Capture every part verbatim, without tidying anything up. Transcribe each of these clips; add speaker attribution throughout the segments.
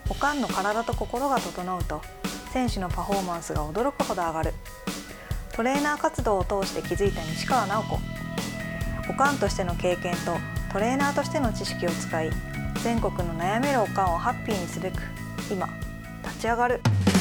Speaker 1: おかんの体と心が整うと選手のパフォーマンスが驚くほど上がる。トレーナー活動を通して気づいた西川直子。おかんとしての経験とトレーナーとしての知識を使い、全国の悩めるおかんをハッピーにすべく今立ち上がる。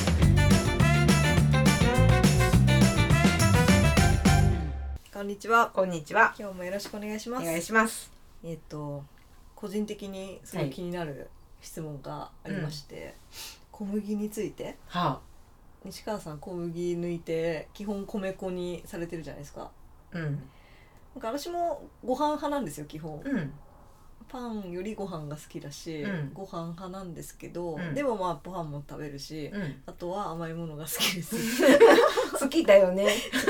Speaker 1: こんにちは。
Speaker 2: こんにちは。
Speaker 1: 今日もよろしくお願いします。
Speaker 2: お願いします。
Speaker 1: えっと個人的にすごい気になる質問がありまして、はい、小麦について、
Speaker 2: はあ、
Speaker 1: 西川さん小麦抜いて基本米粉にされてるじゃないですか。
Speaker 2: うん。
Speaker 1: なんか私もご飯派なんですよ基本。
Speaker 2: うん。
Speaker 1: パンよりご飯が好きだし、うん、ご飯派なんですけど、うん、でもまあパンも食べるし、うん、あとは甘いものが好きです
Speaker 2: 好きだよね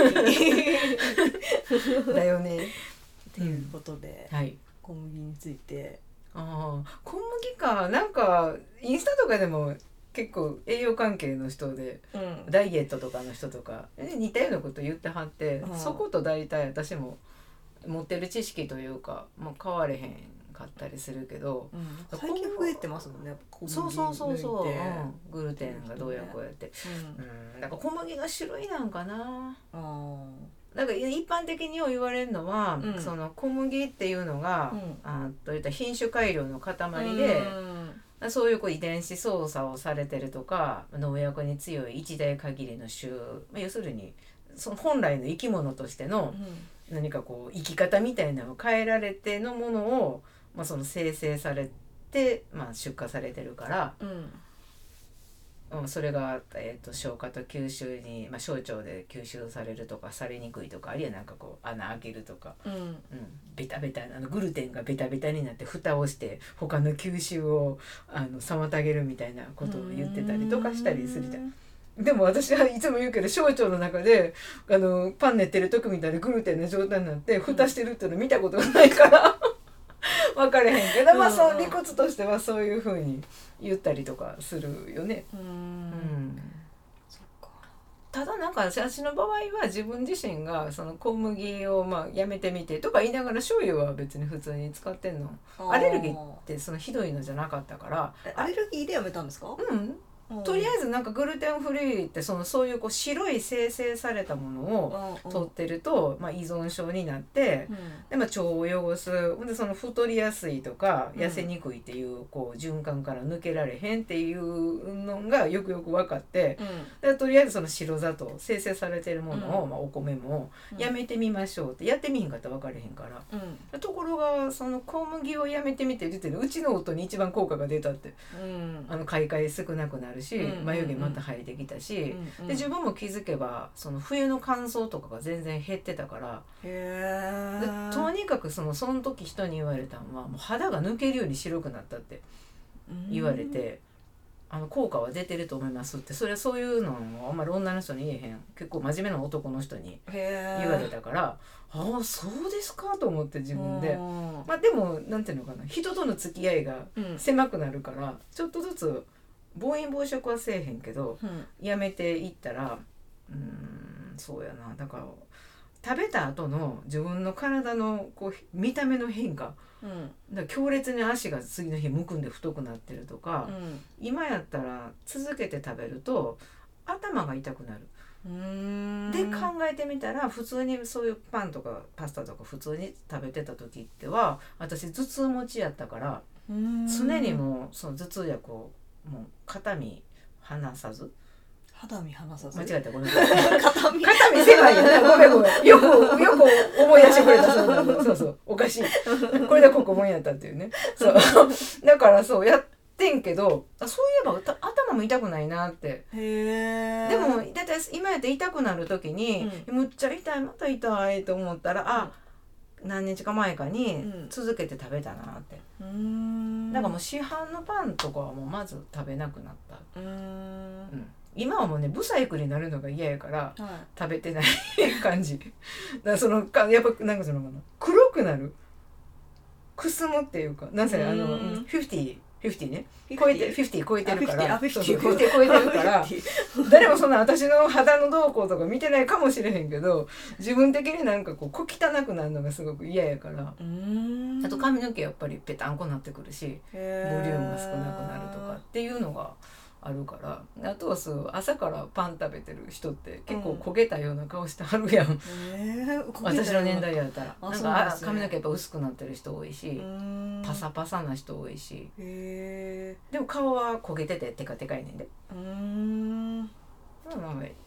Speaker 2: だよね
Speaker 1: っていうことで、
Speaker 2: うん、はい、
Speaker 1: 小麦について。
Speaker 2: ああ、小麦か。なんかインスタとかでも結構栄養関係の人で、うん、ダイエットとかの人とか似たようなこと言ってはって、うん、そこと大体私も持ってる知識というか、まあ、変われへんかったりするけど、
Speaker 1: うん、最近増えてますもんね。小麦
Speaker 2: そうそうそうそう、うん、グルテンがどうやこうやって、うんうん、なんか小麦が種類なんかな。あ、なんか一般的に言われるのは、うん、その小麦っていうのが、うん、あといった品種改良の塊で、うん、そういうこう遺伝子操作をされてるとか農薬に強い一代限りの種、まあ、要するにその本来の生き物としての何かこう生き方みたいなのを変えられてのものを、まあ、その生成されて、まあ、出荷されてるから、うん、それが、えーと、消化と吸収に、まあ、小腸で吸収されるとかされにくいとか、あるいはなんかこう穴開けるとか、うんうん、ベタベタあのグルテンがベタベタになって蓋をして他の吸収をあの妨げるみたいなことを言ってたりとかしたりするじゃん。でも私はいつも言うけど、小腸の中であのパン練ってる時みたいにグルテンの状態になって蓋してるっていうの見たことがないから分かれへんけど、まあそう理屈としてはそういう風に言ったりとかするよね。うん、うん、そっか。ただなんか私の場合は自分自身がその小麦をまあやめてみてとか言いながら、醤油は別に普通に使ってんの。アレルギーってそのひどいのじゃなかったから。
Speaker 1: アレルギーでやめたんですか？
Speaker 2: うん。とりあえずなんかグルテンフリーってそのそういうこう白い生成されたものを取ってると、まあ、依存症になって、うん、でまあ、腸を汚す。でその太りやすいとか痩せにくいっていうこう循環から抜けられへんっていうのがよくよく分かって、うん、でとりあえずその白砂糖生成されてるものを、うん、まあ、お米もやめてみましょうって、やってみひんかったら分かれへんから、うん、ところがその小麦をやめてみて言ってるうちの夫に一番効果が出たって、うん、あの買い替え少なくなるし、うん、眉毛また生えてきたし、うんうん、で自分も気づけばその冬の乾燥とかが全然減ってたから、へでとにかくそのその時人に言われたのは、もう肌が抜けるように白くなったって言われて、あの効果は出てると思いますって。それはそういうのをあんまり女の人に言えへん、結構真面目な男の人に言われたから、ああそうですかと思って自分で、まあでもなんていうのかな、人との付き合いが狭くなるから、うん、ちょっとずつ暴飲暴食はせえへんけど、うん、やめていったら、うーんそうやな、だから食べた後の自分の体のこう見た目の変化、うん、だから強烈に足が次の日むくんで太くなってるとか、うん、今やったら続けて食べると頭が痛くなる。うーんで考えてみたら、普通にそういうパンとかパスタとか普通に食べてた時っては私頭痛持ちやったから、常にもうその頭痛薬をもう肩身離さず、
Speaker 1: 肌身離さず、
Speaker 2: 間違えたごめん肩身肩身狭いよね、ごめんごめん、よくよく思い出してくれた。そうだそうそう、おかしい、これでここもんやったっていうね。そうだからそうやってんけど、そういえば頭も痛くないなって。へでもだいたい今やって痛くなる時に、うん、むっちゃ痛い、また痛いと思ったら、うん、あ何日か前かに続けて食べたなって、うん、なんかもう市販のパンとかはもうまず食べなくなった。うーん、うん、今はもうねブサイクになるのが嫌やから、はい、食べてない感じだからそのやっぱなんかその黒くなる、くすむっていうか、なぜあのフィフティフィフティね超えてフィフティ超えてるから
Speaker 1: フィフティ
Speaker 2: そうそうフィフティ超えてるから誰もそんな私の肌の動向とか見てないかもしれへんけど自分的になんかこう小汚くなるのがすごく嫌やから。
Speaker 1: うーん
Speaker 2: あと髪の毛やっぱりペタンコなってくるしボリュームが少なくなるとかっていうのがあるから。あとはそう朝からパン食べてる人って結構焦げたような顔してはるやん、うん
Speaker 1: えー、
Speaker 2: 私の年代やったら
Speaker 1: あ
Speaker 2: なんか
Speaker 1: そうなんですね
Speaker 2: 髪の毛やっぱ薄くなってる人多いしパサパサな人多いし
Speaker 1: へ
Speaker 2: でも顔は焦げててテカテカいねんで
Speaker 1: ーうーん
Speaker 2: まあまあまあうん
Speaker 1: へ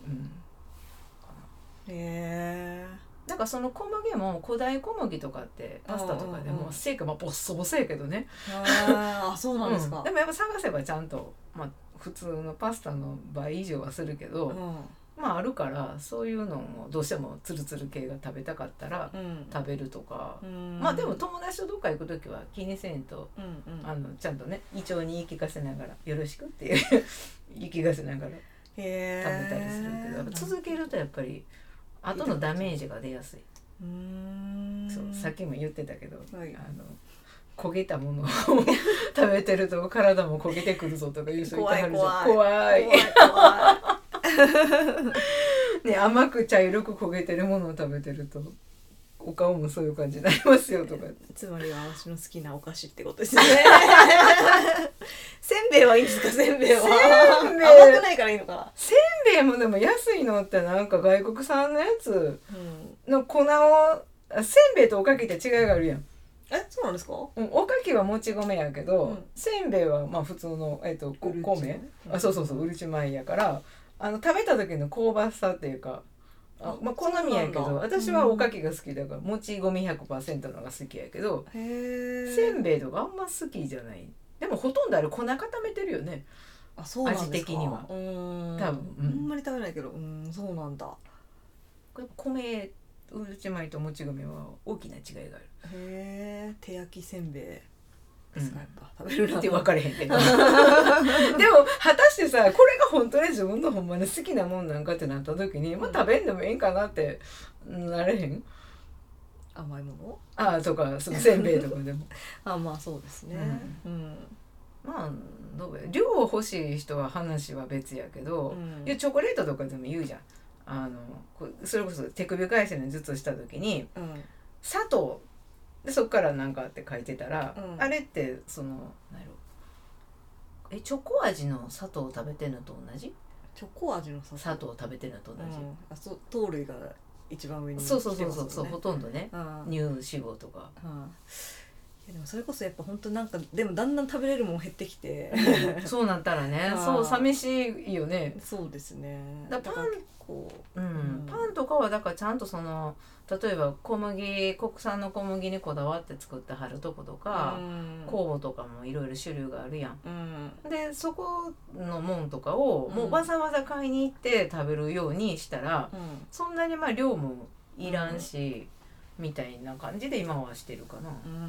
Speaker 1: え
Speaker 2: なんかその小麦も古代小麦とかってパスタとかで
Speaker 1: うんうんうん
Speaker 2: もせいかまあボッソボソやけどね
Speaker 1: あーあそうなんですか、
Speaker 2: うん、でもやっぱ探せばちゃんと、まあ、普通のパスタの倍以上はするけど、
Speaker 1: うん
Speaker 2: まああるからそういうのもどうしてもツルツル系が食べたかったら
Speaker 1: うん
Speaker 2: 食べるとか、
Speaker 1: うん、
Speaker 2: まあでも友達とどっか行く時は気にせんと、
Speaker 1: うんうん、
Speaker 2: あのちゃんとね胃腸に言い聞かせながらよろしくっていう言い聞かせながら
Speaker 1: へ
Speaker 2: 食べたりするけどやっぱ続けるとやっぱり後のダメージが出やすい。
Speaker 1: うーん
Speaker 2: そうさっきも言ってたけど、
Speaker 1: はい、
Speaker 2: あの焦げたものを食べてると体も焦げてくるぞとかいう人いてはるじゃん。怖い
Speaker 1: 怖い怖い
Speaker 2: ね、甘く茶色く焦げてるものを食べてるとお顔もそういう感じになりますよとか
Speaker 1: つまりは私の好きなお菓子ってことですねせんべいはいいんですか？せんべいは
Speaker 2: せんべい
Speaker 1: 甘くないからいいのかな。
Speaker 2: せんべいもでも安いのってなんか外国産のやつの粉をせんべいとおかきって違いがあるやん。
Speaker 1: え、そうなんですか？
Speaker 2: うん、おかきはもち米やけど、
Speaker 1: うん、
Speaker 2: せんべいはまあ普通の、えっと、米、うん、あそうそうそううるち米やからあの食べた時の香ばしさっていうかあ、まあ、好みやけど私はおかきが好きだからもち米 ひゃくパーセント のが好きやけど
Speaker 1: へ
Speaker 2: せんべいとかあんま好きじゃない。でもほとんどあれ粉固めてるよね。
Speaker 1: あ、そうなんですか。
Speaker 2: 味的には
Speaker 1: うーん
Speaker 2: 多分、うん、
Speaker 1: あんまり食べないけど、うん、そうなんだ。
Speaker 2: これ米うるち米ともち米は大きな違いがある。
Speaker 1: へえ、手焼きせんべいですか、
Speaker 2: うん、
Speaker 1: やっぱ食べるな
Speaker 2: って分かれへんけどでも果たしてさこれが本当に自分のほんまに好きなもんなんかってなった時に、まあ、食べんでもいいんかなってなれへん。
Speaker 1: 甘いもの
Speaker 2: ああとかそのせんべいとかでも
Speaker 1: あ、まあそうですね、うん、うん、
Speaker 2: まあどうや量欲しい人は話は別やけど、うん、いやチョコレートとかでも言うじゃん。あのそれこそ手首返しの術した時に、うん、砂糖でそっから何かって書いてたら、うん、あれってその何やろえチョコ味の砂糖を食べてるのと同じ？
Speaker 1: チョコ味の砂糖、
Speaker 2: 砂糖を食べてるのと同じ、
Speaker 1: うん、あそう糖類が一番上に、ね、
Speaker 2: そうそうそうそうそうほとんどね、
Speaker 1: うん、
Speaker 2: 乳脂肪とか、
Speaker 1: うん、いやでもそれこそやっぱ本当なんかでもだんだん食べれるもん減ってきて
Speaker 2: そうなったらねそう寂しいよね。
Speaker 1: そうですね。
Speaker 2: だパンこう、うんうん、パンとかはだからちゃんとその例えば小麦国産の小麦にこだわって作ってはるとことか、うん、酵母とかもいろいろ種類があるやん、うん、でそこのもんとかをもうわざわざ買いに行って食べるようにしたら、うん、そんなにまあ量もいらんし、うん、みたいな感じで今はしてるかな、うん、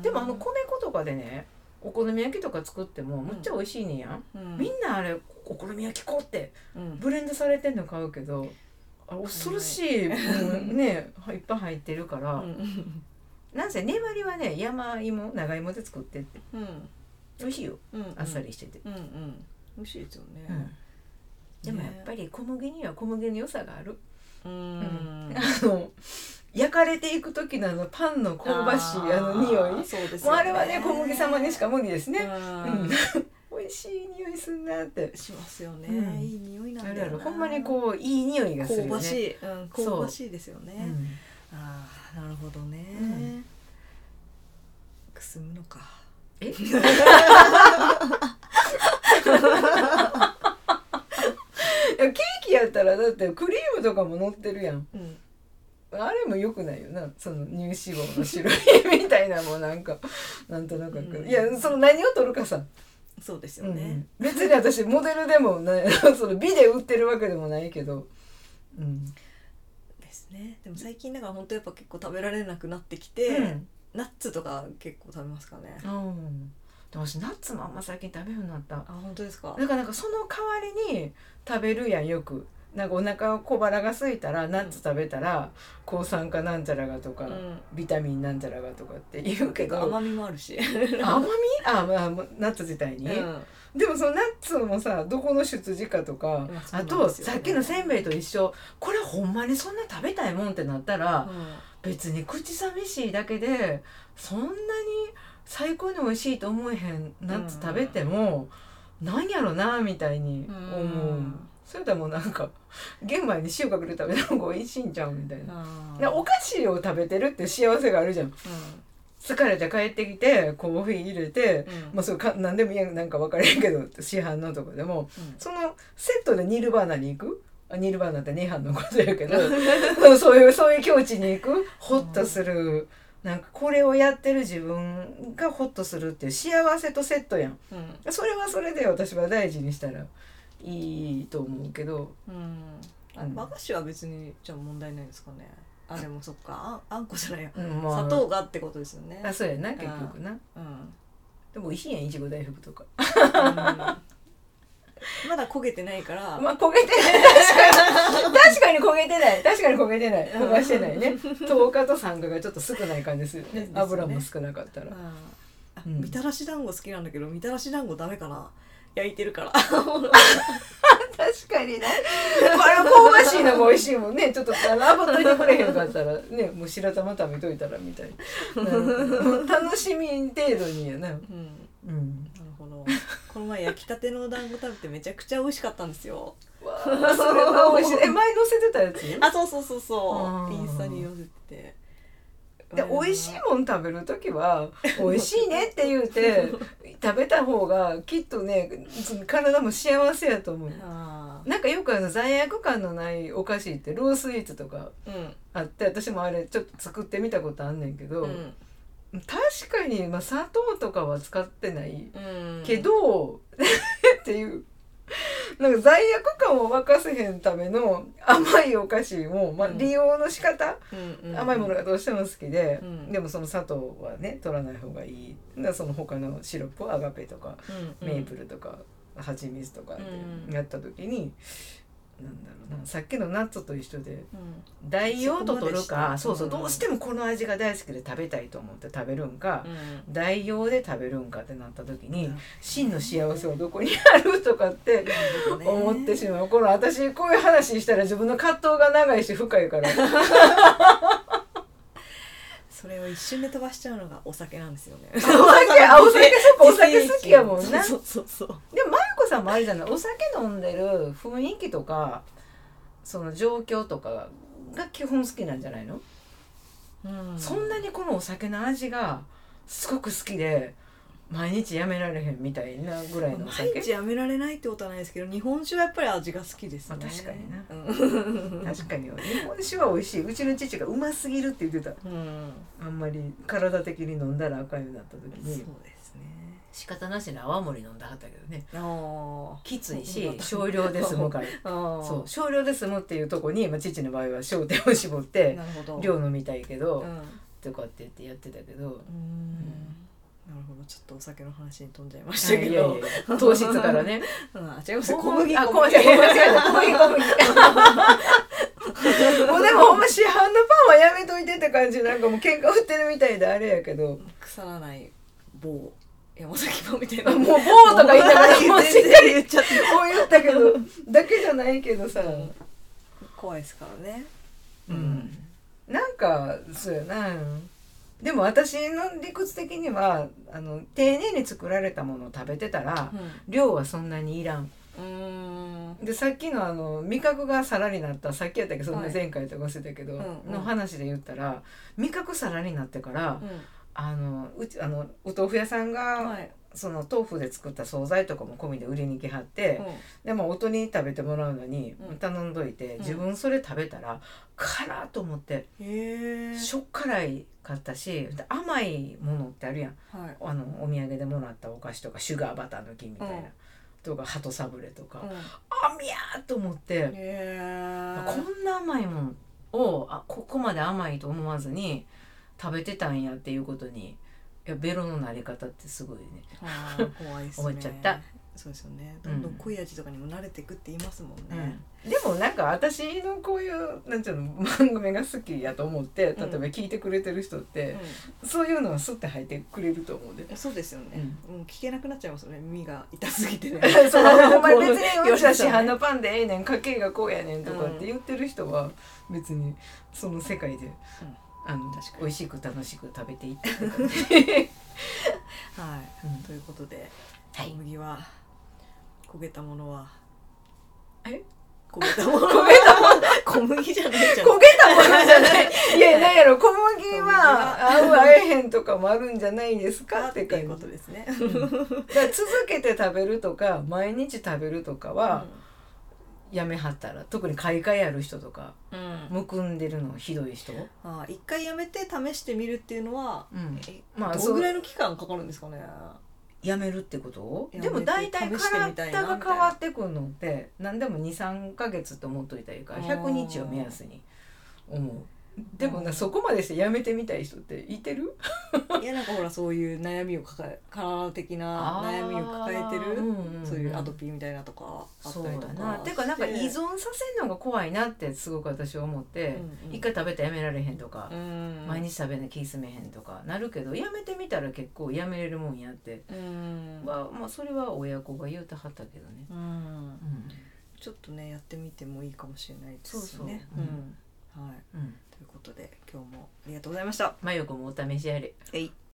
Speaker 2: でもあの米粉とかでねお好み焼きとか作ってもむっちゃ美味しいねやん、うん、みんなあれお好み焼き粉ってブレンドされてんの買うけど、あれ恐ろしい、うん、ねいっぱい入ってるから、うん、なんせ粘りはね山芋長芋で作ってって、うん、美味しいよ、うんうん、あっさりしてて、
Speaker 1: うんうん、美味しいですよね、うん、
Speaker 2: でもやっぱり小麦には小麦の良さがある。うん、うん、あの焼かれていく時のあのパンの香ばしいあの匂い、そうですよね、もうあれはね小麦様にしか無理ですね。うん美味しい匂いするなって
Speaker 1: しますよね、うん、いい匂いなんだよな。
Speaker 2: あるあるほんまにこういい匂いがするよね。
Speaker 1: 香ばしい、うん、香ばしいですよね、うん、ああなるほどね、うん、くすむのかえケー
Speaker 2: キやったらだってクリームとかも乗ってるやん、うん、あれも良くないよなその乳脂肪の種類みたいなもんなんかなんとなく、うん、いやその何を取るかさ。
Speaker 1: そうですよね、
Speaker 2: うん、別に私モデルでもないその美で売ってるわけでもないけど、うん、
Speaker 1: ですね。でも最近だから本当やっぱ結構食べられなくなってきて、うん、ナッツとか結構食べますかね。
Speaker 2: うん、でも私ナッツもあんま最近食べるようになった。あ
Speaker 1: 本当ですか。
Speaker 2: だからなんかその代わりに食べるやんよくなんかお腹小腹が空いたらナッツ食べたら抗酸化なんちゃらがとか、うん、ビタミンなんちゃらがとかって言うけど
Speaker 1: 甘みもあるし
Speaker 2: 甘みあ、まあ、ナッツ自体に、うん、でもそのナッツもさどこの出自かとか、ね、あとさっきのせんべいと一緒これほんまにそんな食べたいもんってなったら、うん、別に口寂しいだけでそんなに最高に美味しいと思えへんナッツ食べても、うん、なんやろなみたいに思う、うん、それでもなんか玄米に塩かけて食べた方が美味しいんちゃうみたいな、お菓子を食べてるって幸せがあるじゃん、うん、疲れて帰ってきてコーヒー入れて、うん、まあ、それか何でもいいなんか分からへんけど市販のとかでも、うん、そのセットでニルバーナに行くあニルバーナってに飯のことやけどそういうそういう境地に行くホッとする、うん、なんかこれをやってる自分がホッとするっていう幸せとセットやん、うん、それはそれで私は大事にしたらいいと思うけど、
Speaker 1: うん、あ和菓子は別にじゃあ問題ないですかね。あでもそっか あ, あんこじゃないよ、うんまあ、砂糖がってことですよね。
Speaker 2: あそうやな結局な、うん、でも美味しいやんいちご大福とか、
Speaker 1: うん、まだ焦げてないから
Speaker 2: まあ焦げてない確かに確かに焦げてない確かに焦げてない焦がしてないねとおかと酸化がちょっと少ない感じですよね、ね油も少なかったら、
Speaker 1: うん、みたらし団子好きなんだけどみたらし団子ダメかな焼いてるから
Speaker 2: 確かにねあれ香ばしいのが美味しいもんねちょっとラボっといてくれへんかったらねもう白玉食べといたらみたいな楽しみ程度にやな、うん
Speaker 1: うん、なるほどこの前焼きたての団子食べてめちゃくちゃ美味しかったんですよ
Speaker 2: わそれは美味しいえ前乗せてたやつ
Speaker 1: あそうそうそうそうインスタに載せてて
Speaker 2: で美味しいもん食べるときは美味しいねって言うて食べた方がきっとね体も幸せやと思う。なんかよくあの罪悪感のないお菓子ってロースイーツとかあって、うん、私もあれちょっと作ってみたことあんねんけど、うん、確かに、まあ、砂糖とかは使ってないけど、うん、っていうなんか罪悪感を沸かせへんための甘いお菓子も、まあ、利用の仕方、うん、甘いものがどうしても好きで、うん、でもその砂糖はね取らない方がいいだからその他のシロップをアガペとか、うん、メープルとか蜂蜜とかでやった時に、うん、なんだろうなさっきのナッツと一緒で、うん、代用と取るかそうそう、うん、どうしてもこの味が大好きで食べたいと思って食べるんか、うん、代用で食べるんかってなった時に、うん、真の幸せはどこにあるとかって思ってしまう。この私こういう話したら自分の葛藤が長いし深いから
Speaker 1: それを一瞬で飛ばしちゃうのがお酒なんですよね。お
Speaker 2: 酒あお酒そっかお酒好きやもんな。
Speaker 1: そうそうそう。
Speaker 2: でもまゆこさんもあれじゃないお酒飲んでる雰囲気とかその状況とかが基本好きなんじゃないの？うん、そんなにこのお酒の味がすごく好きで毎日やめられへんみたいなぐらいのお酒。
Speaker 1: 毎日やめられないってことはないですけど日本酒はやっぱり味が好きですね。
Speaker 2: まあ、確かにな、うん、確かに日本酒は美味しい。うちの父がうますぎるって言ってた、うん、あんまり体的に飲んだら赤いようになった時に
Speaker 1: そうですね
Speaker 2: 仕方なしに泡盛飲んだはったけどねきついし少量で済むからそう少量で済むっていうとこに、まあ、父の場合は焦点を絞って量飲みたいけど、うん、とかって言ってやってたけどうん
Speaker 1: なるほどちょっとお酒の話に飛んじゃいましたけど、いやいやい
Speaker 2: や糖質からね
Speaker 1: あ違います小麦
Speaker 2: あ小麦小麦小麦小麦もうでもほんま市販のパンはやめといてって感じなんかもう喧嘩売ってるみたいであれやけど
Speaker 1: 腐らない棒山崎パンみたいな
Speaker 2: もう棒とか言いながらもうしっかり言っちゃってもう言ったけどだけじゃないけどさ、うん、
Speaker 1: 怖いですからね
Speaker 2: うん、うん、なんかそうやなでも私の理屈的にはあの丁寧に作られたものを食べてたら、うん、量はそんなにいらん。うーんでさっきのあの味覚が皿になったさっきやったっけそんな前回とか忘れたけど、はい、の話で言ったら味覚皿になってから、うん、あのうちあのお豆腐屋さんが、はい、その豆腐で作った惣菜とかも込みで売りに来はって、うん、でも音に食べてもらうのに頼んどいて、うん、自分それ食べたら辛っと思って、うん、しょっ辛いかったし甘いものってあるやん、はい、あのお土産でもらったお菓子とかシュガーバター抜きみたいな、うん、とか鳩サブレとか、うん、あみやーと思ってこんな甘いもんをあここまで甘いと思わずに食べてたんやっていうことにいやベロのなり方ってすごいね
Speaker 1: 怖いっすね
Speaker 2: 思っちゃった。
Speaker 1: そうですよね。どんどん濃い味とかにも慣れていくって言いますもんね、
Speaker 2: うん、でもなんか私のこういうなんていうの番組が好きやと思って例えば聞いてくれてる人って、うん、そういうのはスッて入ってくれると思うで。
Speaker 1: そうですよね、うん、もう聞けなくなっちゃいますよね、耳が痛すぎてね
Speaker 2: そうお前別にうちは市販のパンでええねん、家計がこうやねんとかって言ってる人は別にその世界で、うん、あの美味しく楽しく食べていってはい、うん、
Speaker 1: ということで、
Speaker 2: はい、
Speaker 1: 小麦は焦げたものは
Speaker 2: え
Speaker 1: 焦げたもの
Speaker 2: 焦げたもの
Speaker 1: 小麦じゃないじゃん、
Speaker 2: 焦げたものじゃないいやなんやろ、小麦は合う合えへんとかもあるんじゃないですかっていう
Speaker 1: ことですね、
Speaker 2: うん、だから続けて食べるとか毎日食べるとかは、うん、やめはったら、特に買い替えある人とか、うん、むくんでるのひどい人、
Speaker 1: あ一回やめて試してみるっていうのは、うん、え
Speaker 2: まあ、
Speaker 1: どのぐらいの期間かかるんですかね。
Speaker 2: やめるってことでも大体体が変わってくるのって何でも にさんかげつと思っといたらいいからひゃくにちを目安に思う。でもな、そこまでしてやめてみたい人っていてる
Speaker 1: いやなんかほらそういう悩みを抱え体的な悩みを抱えてる、うんうん、そういうアトピーみたいなとかあったりとか。そうだな。
Speaker 2: てかなんか依存させるのが怖いなってすごく私は思って、うんうん、一回食べてやめられへんとか、うん、毎日食べな気済めへんとかなるけど、やめてみたら結構やめれるもんやって、うん、まあ、まあそれは親子が言うてはったけどね、うんうん、
Speaker 1: ちょっとねやってみてもいいかもしれないですね。そうそう、うんはい、うん、ということで今日もありがとうございました。
Speaker 2: まよこもお試しあれ。
Speaker 1: えい。